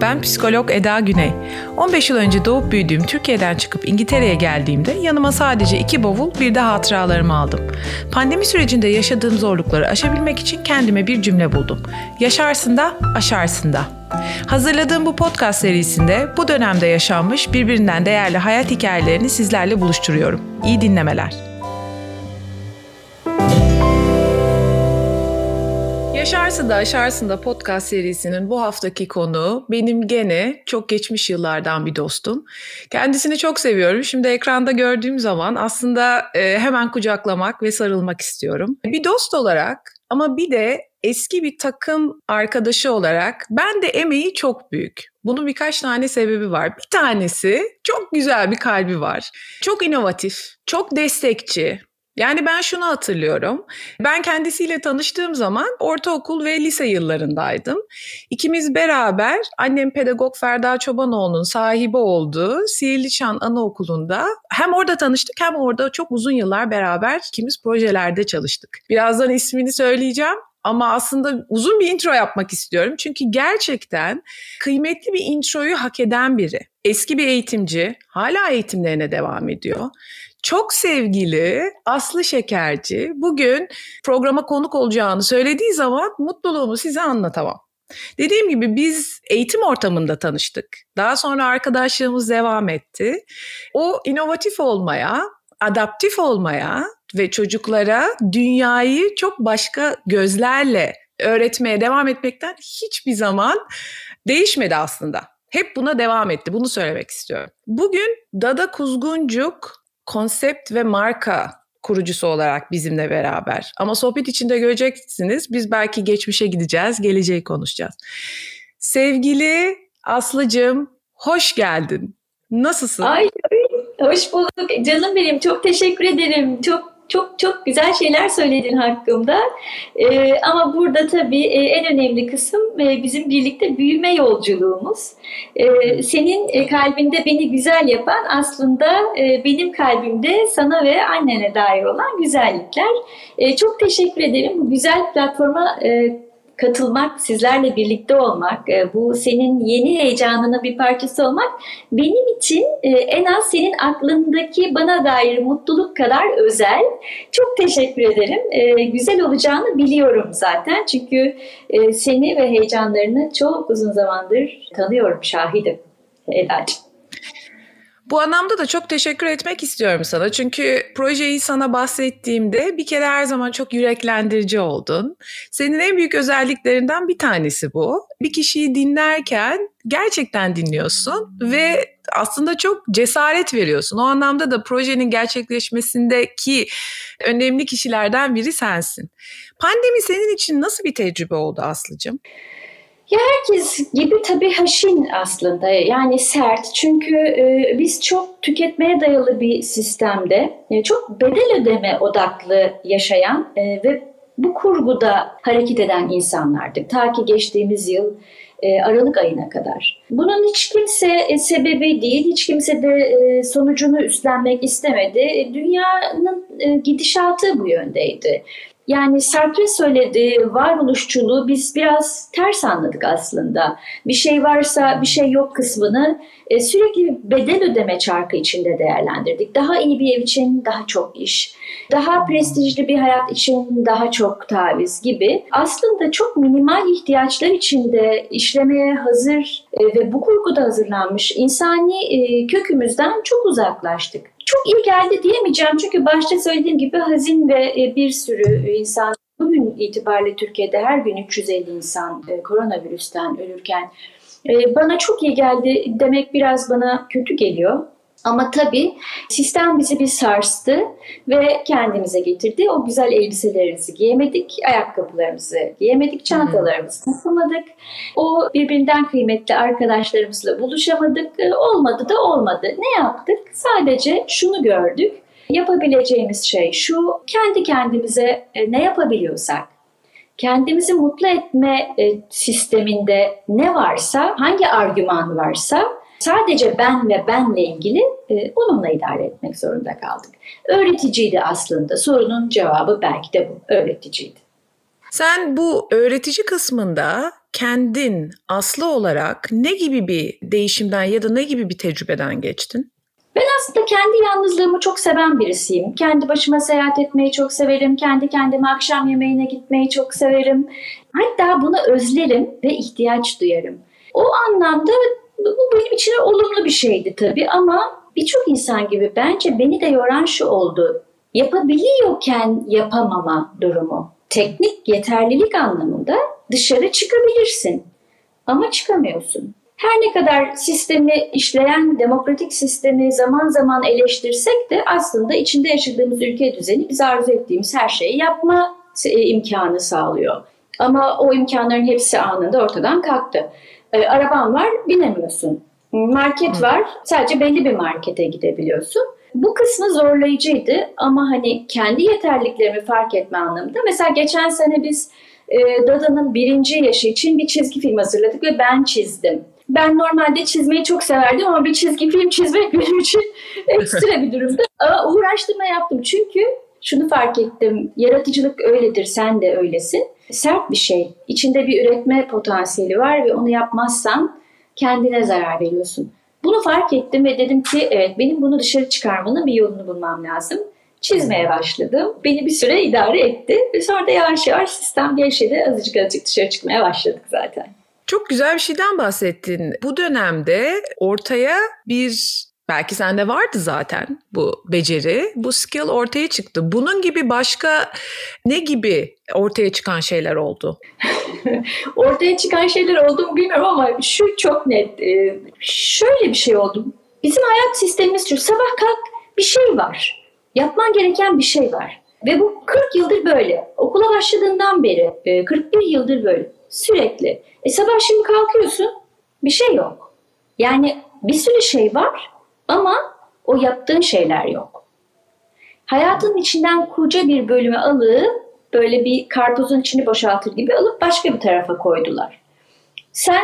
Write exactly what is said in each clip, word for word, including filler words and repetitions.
Ben psikolog Eda Güney. on beş yıl önce doğup büyüdüğüm Türkiye'den çıkıp İngiltere'ye geldiğimde yanıma sadece iki bavul bir de hatıralarımı aldım. Pandemi sürecinde yaşadığım zorlukları aşabilmek için kendime bir cümle buldum. Yaşarsın da aşarsın da. Hazırladığım bu podcast serisinde bu dönemde yaşanmış birbirinden değerli hayat hikayelerini sizlerle buluşturuyorum. İyi dinlemeler. Yaşarsın da Aşarsın da podcast serisinin bu haftaki konuğu benim gene çok geçmiş yıllardan bir dostum. Kendisini çok seviyorum. Şimdi ekranda gördüğüm zaman aslında e, hemen kucaklamak ve sarılmak istiyorum. Bir dost olarak ama bir de eski bir takım arkadaşı olarak ben de emeği çok büyük. Bunun birkaç tane sebebi var. Bir tanesi çok güzel bir kalbi var. Çok inovatif, çok destekçi. Yani ben şunu hatırlıyorum. Ben kendisiyle tanıştığım zaman ortaokul ve lise yıllarındaydım. İkimiz beraber annem pedagog Ferda Çobanoğlu'nun sahibi olduğu Sihirliçam Anaokulu'nda hem orada tanıştık hem orada çok uzun yıllar beraber ikimiz projelerde çalıştık. Birazdan ismini söyleyeceğim. Ama aslında uzun bir intro yapmak istiyorum. Çünkü gerçekten kıymetli bir introyu hak eden biri. Eski bir eğitimci, hala eğitimlerine devam ediyor. Çok sevgili Aslı Şekerci bugün programa konuk olacağını söylediği zaman mutluluğumu size anlatamam. Dediğim gibi biz eğitim ortamında tanıştık. Daha sonra arkadaşlığımız devam etti. O inovatif olmaya, adaptif olmaya ve çocuklara dünyayı çok başka gözlerle öğretmeye devam etmekten hiçbir zaman değişmedi aslında. Hep buna devam etti. Bunu söylemek istiyorum. Bugün Dada Kuzguncuk konsept ve marka kurucusu olarak bizimle beraber. Ama sohbet içinde göreceksiniz. Biz belki geçmişe gideceğiz, geleceği konuşacağız. Sevgili Aslı'cığım, hoş geldin. Nasılsın? Ay, hoş bulduk. Canım benim, çok teşekkür ederim. Çok çok çok güzel şeyler söyledin hakkımda. Ee, ama burada tabii e, en önemli kısım e, bizim birlikte büyüme yolculuğumuz. Ee, senin e, kalbinde beni güzel yapan aslında e, benim kalbimde sana ve annene dair olan güzellikler. E, çok teşekkür ederim. Bu güzel platforma e, katılmak, sizlerle birlikte olmak, bu senin yeni heyecanının bir parçası olmak benim için en az senin aklındaki bana dair mutluluk kadar özel. Çok teşekkür ederim. Güzel olacağını biliyorum zaten. Çünkü seni ve heyecanlarını çok uzun zamandır tanıyorum, şahidim Eda'cığım. Bu anlamda da çok teşekkür etmek istiyorum sana. Çünkü projeyi sana bahsettiğimde bir kere her zaman çok yüreklendirici oldun. Senin en büyük özelliklerinden bir tanesi bu. Bir kişiyi dinlerken gerçekten dinliyorsun ve aslında çok cesaret veriyorsun. O anlamda da projenin gerçekleşmesindeki önemli kişilerden biri sensin. Pandemi senin için nasıl bir tecrübe oldu Aslı'cığım? Ya herkes gibi tabii haşin aslında, yani sert, çünkü e, biz çok tüketmeye dayalı bir sistemde e, çok bedel ödeme odaklı yaşayan e, ve bu kurguda hareket eden insanlardık ta ki geçtiğimiz yıl e, Aralık ayına kadar. Bunun hiç kimse e, sebebi değil, hiç kimse de e, sonucunu üstlenmek istemedi. E, dünyanın e, gidişatı bu yöndeydi. Yani Sartre söyledi, varoluşçuluğu biz biraz ters anladık aslında. Bir şey varsa bir şey yok kısmını e, sürekli bedel ödeme çarkı içinde değerlendirdik. Daha iyi bir ev için daha çok iş, daha prestijli bir hayat için daha çok taviz gibi. Aslında çok minimal ihtiyaçlar içinde işlemeye hazır e, ve bu kurguda hazırlanmış insani e, kökümüzden çok uzaklaştık. Çok iyi geldi diyemeyeceğim çünkü başta söylediğim gibi hazin ve bir sürü insan, bugün itibariyle Türkiye'de her gün üç yüz elli insan koronavirüsten ölürken bana çok iyi geldi demek biraz bana kötü geliyor. Ama tabii sistem bizi bir sarstı ve kendimize getirdi. O güzel elbiselerimizi giyemedik, ayakkabılarımızı giyemedik, çantalarımızı takamadık. O birbirinden kıymetli arkadaşlarımızla buluşamadık. Olmadı da olmadı. Ne yaptık? Sadece şunu gördük. Yapabileceğimiz şey şu: kendi kendimize ne yapabiliyorsak, kendimizi mutlu etme sisteminde ne varsa, hangi argüman varsa sadece ben ve benle ilgili e, onunla idare etmek zorunda kaldık. Öğreticiydi aslında. Sorunun cevabı belki de bu. Öğreticiydi. Sen bu öğretici kısmında kendin Aslı olarak ne gibi bir değişimden ya da ne gibi bir tecrübeden geçtin? Ben aslında kendi yalnızlığımı çok seven birisiyim. Kendi başıma seyahat etmeyi çok severim. Kendi kendime akşam yemeğine gitmeyi çok severim. Hatta bunu özlerim ve ihtiyaç duyarım. O anlamda bu benim için olumlu bir şeydi tabii ama birçok insan gibi bence beni de yoran şu oldu. Yapabiliyorken yapamama durumu. Teknik yeterlilik anlamında dışarı çıkabilirsin ama çıkamıyorsun. Her ne kadar sistemi işleyen demokratik sistemi zaman zaman eleştirsek de aslında içinde yaşadığımız ülke düzeni biz arzu ettiğimiz her şeyi yapma imkanı sağlıyor. Ama o imkanların hepsi anında ortadan kalktı. E, araban var, binemiyorsun. Market var, sadece belli bir markete gidebiliyorsun. Bu kısmı zorlayıcıydı ama hani kendi yeterliliklerimi fark etme anlamında. Mesela geçen sene biz e, Dada'nın birinci yaşı için bir çizgi film hazırladık ve ben çizdim. Ben normalde çizmeyi çok severdim ama bir çizgi film çizmek benim için ekstra bir durumdu. Ama uğraştım ve yaptım çünkü şunu fark ettim. Yaratıcılık öyledir, sen de öylesin. Sert bir şey. İçinde bir üretme potansiyeli var ve onu yapmazsan kendine zarar veriyorsun. Bunu fark ettim ve dedim ki evet benim bunu dışarı çıkarmanın bir yolunu bulmam lazım. Çizmeye başladım. Beni bir süre idare etti ve sonra da yavaş yavaş sistem gevşedi. Azıcık azıcık dışarı çıkmaya başladık zaten. Çok güzel bir şeyden bahsettin. Bu dönemde ortaya bir, belki sende vardı zaten bu beceri, bu skill ortaya çıktı. Bunun gibi başka ne gibi ortaya çıkan şeyler oldu? Ortaya çıkan şeyler oldu mu bilmiyorum ama şu çok net. Ee, şöyle bir şey oldu. Bizim hayat sistemimiz şu. Sabah kalk, bir şey var. Yapman gereken bir şey var. Ve bu kırk yıldır böyle. Okula başladığından beri kırk bir yıldır böyle. Sürekli. E sabah şimdi kalkıyorsun, bir şey yok. Yani bir sürü şey var ama o yaptığın şeyler yok. Hayatın içinden koca bir bölümü alıp böyle bir karpuzun içini boşaltır gibi alıp başka bir tarafa koydular. Sen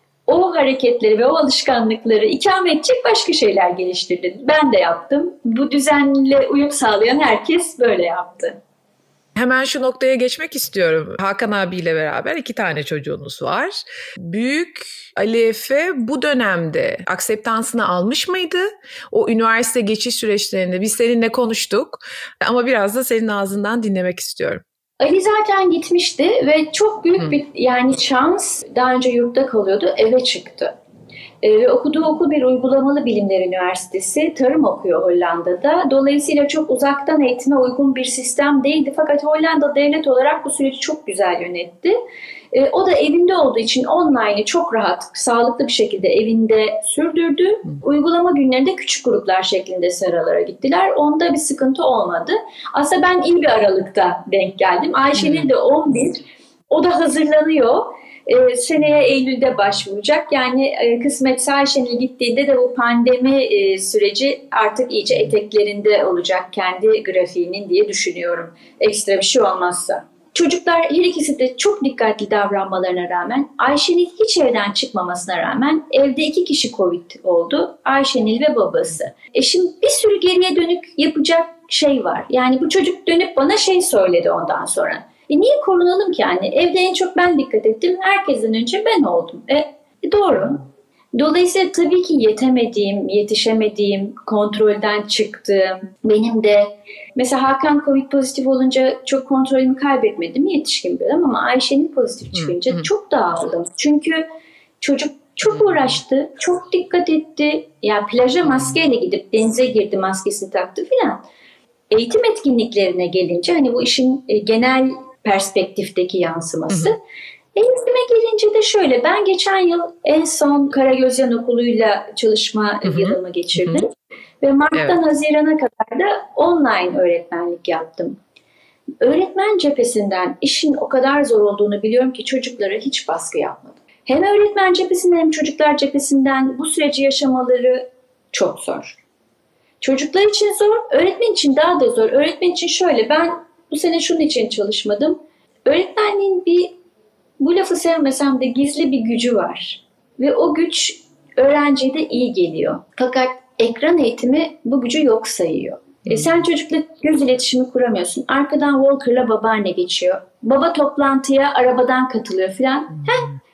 o hareketleri ve o alışkanlıkları ikame edecek başka şeyler geliştirdin. Ben de yaptım. Bu düzenle uyum sağlayan herkes böyle yaptı. Hemen şu noktaya geçmek istiyorum. Hakan abiyle beraber iki tane çocuğunuz var. Büyük Ali Efe bu dönemde akseptansını almış mıydı? O üniversite geçiş süreçlerinde biz seninle konuştuk ama biraz da senin ağzından dinlemek istiyorum. Ali zaten gitmişti ve çok büyük Hı. bir yani şans, daha önce yurtta kalıyordu, eve çıktı. Ee, okuduğu okul bir uygulamalı bilimler üniversitesi, tarım okuyor Hollanda'da. Dolayısıyla çok uzaktan eğitime uygun bir sistem değildi. Fakat Hollanda devlet olarak bu süreci çok güzel yönetti. Ee, o da evinde olduğu için online'ı çok rahat, sağlıklı bir şekilde evinde sürdürdü. Hı. Uygulama günlerinde küçük gruplar şeklinde seralara gittiler. Onda bir sıkıntı olmadı. Aslında ben iyi bir aralıkta denk geldim. Ayşe'nin de on bir, o da hazırlanıyor. Ee, seneye Eylül'de başvuracak. Yani e, kısmetse Ayşenil gittiğinde de bu pandemi e, süreci artık iyice eteklerinde olacak kendi grafiğinin diye düşünüyorum. Ekstra bir şey olmazsa. Çocuklar her ikisi de çok dikkatli davranmalarına rağmen, Ayşenil hiç evden çıkmamasına rağmen evde iki kişi Covid oldu. Ayşenil ve babası. E şimdi bir sürü geriye dönük yapacak şey var. Yani bu çocuk dönüp bana şey söyledi ondan sonra. E niye korunalım ki yani? Evde en çok ben dikkat ettim. Herkesten önce ben oldum. E, e doğru. Dolayısıyla tabii ki yetemediğim, yetişemediğim, kontrolden çıktığım, benim de mesela Hakan Covid pozitif olunca çok kontrolümü kaybetmedim. Yetişkin bir adam ama Ayşe'nin pozitif çıkınca hı hı. çok dağıldım. Çünkü çocuk çok uğraştı, çok dikkat etti. Ya plaja maskeyle gidip denize girdi, maskesini taktı filan. Eğitim etkinliklerine gelince hani bu işin genel perspektifteki yansıması. Hı hı. Eğitime gelince de şöyle, ben geçen yıl en son Karagözyan Okulu'yla çalışma hı hı. yılımı geçirdim. Hı hı. Ve Mart'tan evet. Haziran'a kadar da online öğretmenlik yaptım. Öğretmen cephesinden işin o kadar zor olduğunu biliyorum ki çocuklara hiç baskı yapmadım. Hem öğretmen cephesinden hem çocuklar cephesinden bu süreci yaşamaları çok zor. Çocuklar için zor, öğretmen için daha da zor. Öğretmen için şöyle, ben bu sene şunun için çalışmadım. Öğretmenliğin bir, bu lafı sevmesem de gizli bir gücü var. Ve o güç öğrenciye de iyi geliyor. Fakat ekran eğitimi bu gücü yok sayıyor. Hmm. E sen çocukla göz iletişimi kuramıyorsun. Arkadan Walker'la babaanne geçiyor. Baba toplantıya arabadan katılıyor falan. Hmm. Heh,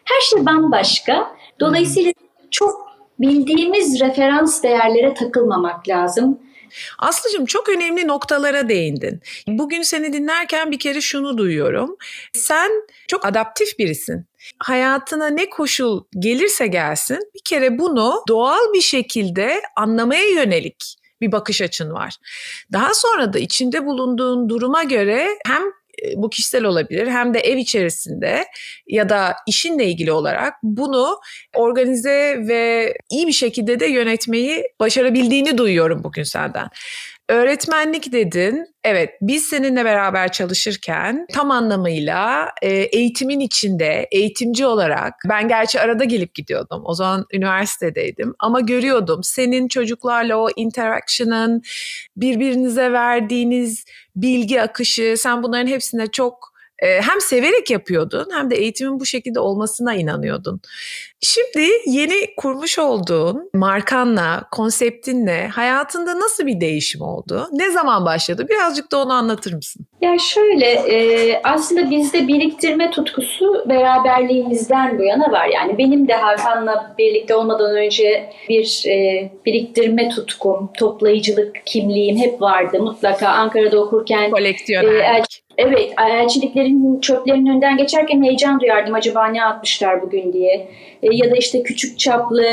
Her şey bambaşka. Dolayısıyla çok bildiğimiz referans değerlere takılmamak lazım. Aslıcığım, çok önemli noktalara değindin. Bugün seni dinlerken bir kere şunu duyuyorum. Sen çok adaptif birisin. Hayatına ne koşul gelirse gelsin bir kere bunu doğal bir şekilde anlamaya yönelik bir bakış açın var. Daha sonra da içinde bulunduğun duruma göre hem bu kişisel olabilir hem de ev içerisinde ya da işinle ilgili olarak bunu organize ve iyi bir şekilde de yönetmeyi başarabildiğini duyuyorum bugün senden. Öğretmenlik dedin. Evet, biz seninle beraber çalışırken tam anlamıyla e, eğitimin içinde, eğitimci olarak, ben gerçi arada gelip gidiyordum. O zaman üniversitedeydim ama görüyordum senin çocuklarla o interaction'ın, birbirinize verdiğiniz bilgi akışı, sen bunların hepsine çok e, hem severek yapıyordun hem de eğitimin bu şekilde olmasına inanıyordun. Şimdi yeni kurmuş olduğun markanla, konseptinle hayatında nasıl bir değişim oldu? Ne zaman başladı? Birazcık da onu anlatır mısın? Ya şöyle, e, aslında bizde biriktirme tutkusu beraberliğimizden bu yana var. Yani benim de Hakan'la birlikte olmadan önce bir e, biriktirme tutkum, toplayıcılık kimliğim hep vardı. Mutlaka Ankara'da okurken. Koleksiyonerlik. E, Evet, elçiliklerin çöplerinin önünden geçerken heyecan duyardım. Acaba ne atmışlar bugün diye. E, ya da işte küçük çaplı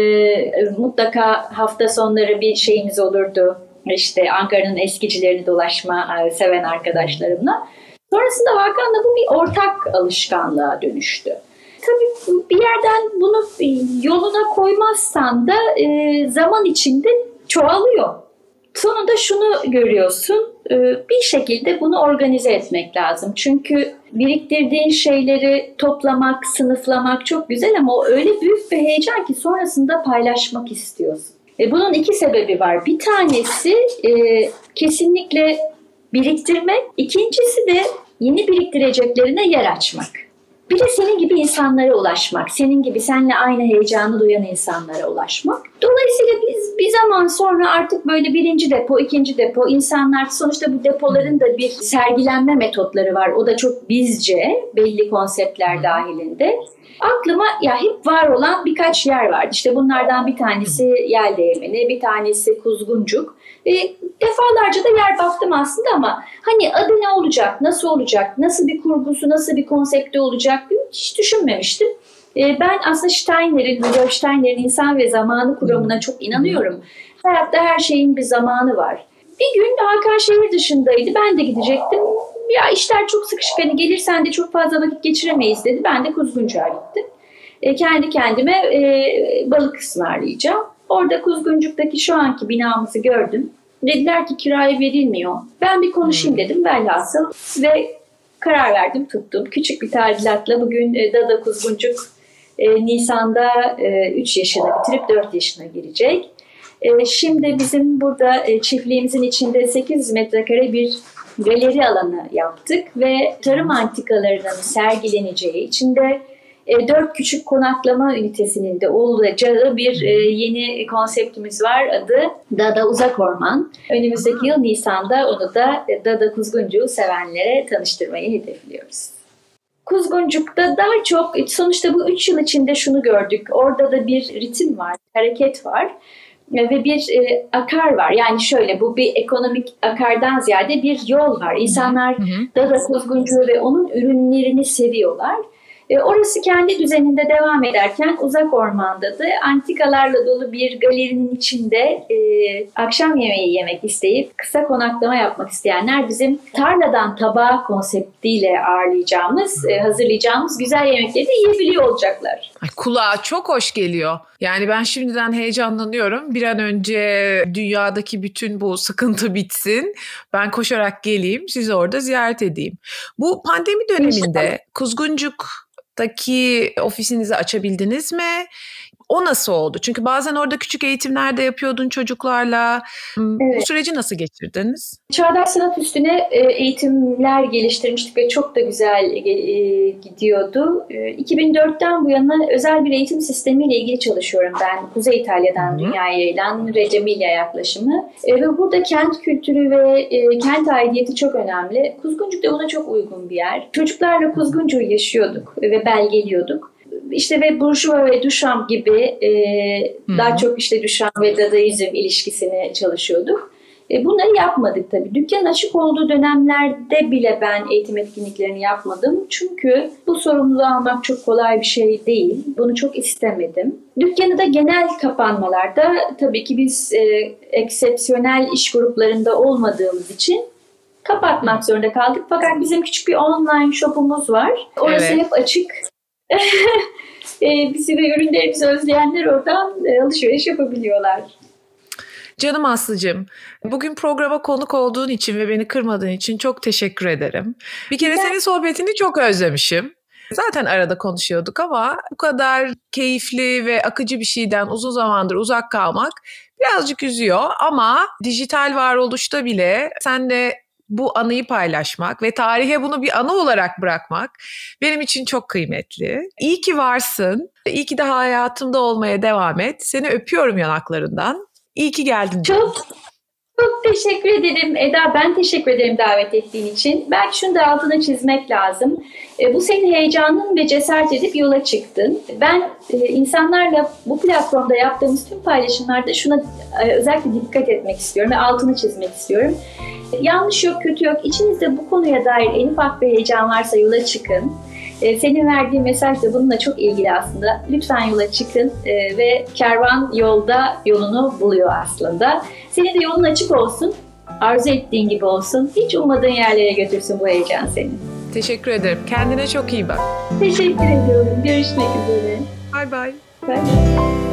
e, mutlaka hafta sonları bir şeyimiz olurdu. İşte Ankara'nın eskicilerini dolaşma e, seven arkadaşlarımla. Sonrasında Hakan'la bu bir ortak alışkanlığa dönüştü. Tabii bir yerden bunu yoluna koymazsan da e, zaman içinde çoğalıyor. Sonunda şunu görüyorsun, bir şekilde bunu organize etmek lazım. Çünkü biriktirdiğin şeyleri toplamak, sınıflamak çok güzel ama o öyle büyük bir heyecan ki sonrasında paylaşmak istiyorsun. Bunun iki sebebi var. Bir tanesi kesinlikle biriktirmek, ikincisi de yeni biriktireceklerine yer açmak. Bir de senin gibi insanlara ulaşmak, senin gibi seninle aynı heyecanı duyan insanlara ulaşmak. Dolayısıyla biz bir zaman sonra artık böyle birinci depo, ikinci depo, insanlar sonuçta bu depoların da bir sergilenme metotları var. O da çok bizce, belli konseptler dahilinde. Aklıma ya hep var olan birkaç yer vardı. İşte bunlardan bir tanesi Yeldeğmeni, bir tanesi Kuzguncuk. E, defalarca da yer baktım aslında ama hani adı ne olacak, nasıl olacak, nasıl bir kurgusu, nasıl bir konsepti olacak hiç düşünmemiştim. E, ben aslında Steiner'in, Rudolf Steiner'in insan ve zamanı kuramına çok inanıyorum. Hayatta her şeyin bir zamanı var. Bir gün Hakan şehir dışındaydı, ben de gidecektim. Ya işler çok sıkışık, hani gelirsen de çok fazla vakit geçiremeyiz dedi. Ben de Kuzguncuk'a gittim. E, kendi kendime e, balık ısmarlayacağım. Orada Kuzguncuk'taki şu anki binamızı gördüm. Dediler ki kiraya verilmiyor. Ben bir konuşayım dedim velhasıl ve karar verdim, tuttum. Küçük bir tadilatla bugün e, Dada Kuzguncuk e, Nisan'da e, üç yaşına bitirip dört yaşına girecek. E, şimdi bizim burada e, çiftliğimizin içinde sekiz metrekare bir galeri alanı yaptık ve tarım antikalarının sergileneceği, içinde e, dört küçük konaklama ünitesinin de olacağı bir e, yeni konseptimiz var. Adı Dada Uzak Orman. Önümüzdeki yıl Nisan'da onu da e, Dada Kuzguncuk'u sevenlere tanıştırmayı hedefliyoruz. Kuzguncuk'ta daha çok sonuçta bu üç yıl içinde şunu gördük. Orada da bir ritim var, hareket var. Ve bir e, akar var. Yani şöyle, bu bir ekonomik akardan ziyade bir yol var. İnsanlar Dada Kuzguncuğu ve onun ürünlerini seviyorlar. E, orası kendi düzeninde devam ederken Uzak Orman'da da antikalarla dolu bir galerinin içinde e, akşam yemeği yemek isteyip kısa konaklama yapmak isteyenler bizim tarladan tabağa konseptiyle ağırlayacağımız, e, hazırlayacağımız güzel yemekleri de yiyebiliyor olacaklar. Ay, kulağa çok hoş geliyor. Yani ben şimdiden heyecanlanıyorum. Bir an önce dünyadaki bütün bu sıkıntı bitsin. Ben koşarak geleyim, sizi orada ziyaret edeyim. Bu pandemi döneminde Kuzguncuk'taki ofisinizi açabildiniz mi? O nasıl oldu? Çünkü bazen orada küçük eğitimler de yapıyordun çocuklarla. Evet. Bu süreci nasıl geçirdiniz? Çağdaş sanat üstüne eğitimler geliştirmiştik ve çok da güzel gidiyordu. iki bin dörtten bu yana özel bir eğitim sistemiyle ilgili çalışıyorum ben. Kuzey İtalya'dan Hı-hı. dünyaya yayılan Reggio Emilia yaklaşımı. Ve burada kent kültürü ve kent aidiyeti çok önemli. Kuzguncuk da buna çok uygun bir yer. Çocuklarla Kuzguncuk'u yaşıyorduk ve belgeliyorduk. işte ve Bourgeois ve Duchamp gibi e, daha çok işte Duchamp ve Dadaizm ilişkisine çalışıyorduk. E, bunları yapmadık tabii. Dükkanın açık olduğu dönemlerde bile ben eğitim etkinliklerini yapmadım. Çünkü bu sorumluluğu almak çok kolay bir şey değil. Bunu çok istemedim. Dükkanı da genel kapanmalarda tabii ki biz e, eksepsiyonel iş gruplarında olmadığımız için kapatmak zorunda kaldık. Fakat bizim küçük bir online shop'umuz var. Orası evet. hep açık. e, bizi ve ürünlerimizi özleyenler oradan e, alışveriş yapabiliyorlar. Canım Aslı'cığım, bugün programa konuk olduğun için ve beni kırmadığın için çok teşekkür ederim. Bir kere senin sohbetini çok özlemişim. Zaten arada konuşuyorduk ama bu kadar keyifli ve akıcı bir şeyden uzun zamandır uzak kalmak birazcık üzüyor. Ama dijital varoluşta bile senle bu anıyı paylaşmak ve tarihe bunu bir anı olarak bırakmak benim için çok kıymetli. İyi ki varsın, iyi ki daha hayatımda olmaya devam et. Seni öpüyorum yanaklarından. İyi ki geldin. Çok çok teşekkür ederim Eda. Ben teşekkür ederim davet ettiğin için. Belki şunu da altına çizmek lazım. E, bu senin heyecanın ve cesaret edip yola çıktın. Ben e, insanlarla bu platformda yaptığımız tüm paylaşımlarda şuna e, özellikle dikkat etmek istiyorum ve altını çizmek istiyorum. E, yanlış yok, kötü yok. İçinizde bu konuya dair en ufak bir heyecan varsa yola çıkın. Ee, senin verdiğin mesaj da bununla çok ilgili aslında. Lütfen yola çıkın ee, ve kervan yolda yolunu buluyor aslında. Senin de yolun açık olsun, arzu ettiğin gibi olsun. Hiç ummadığın yerlere götürsün bu heyecan seni. Teşekkür ederim. Kendine çok iyi bak. Teşekkür ediyorum. Görüşmek üzere. Bye bye. Bye.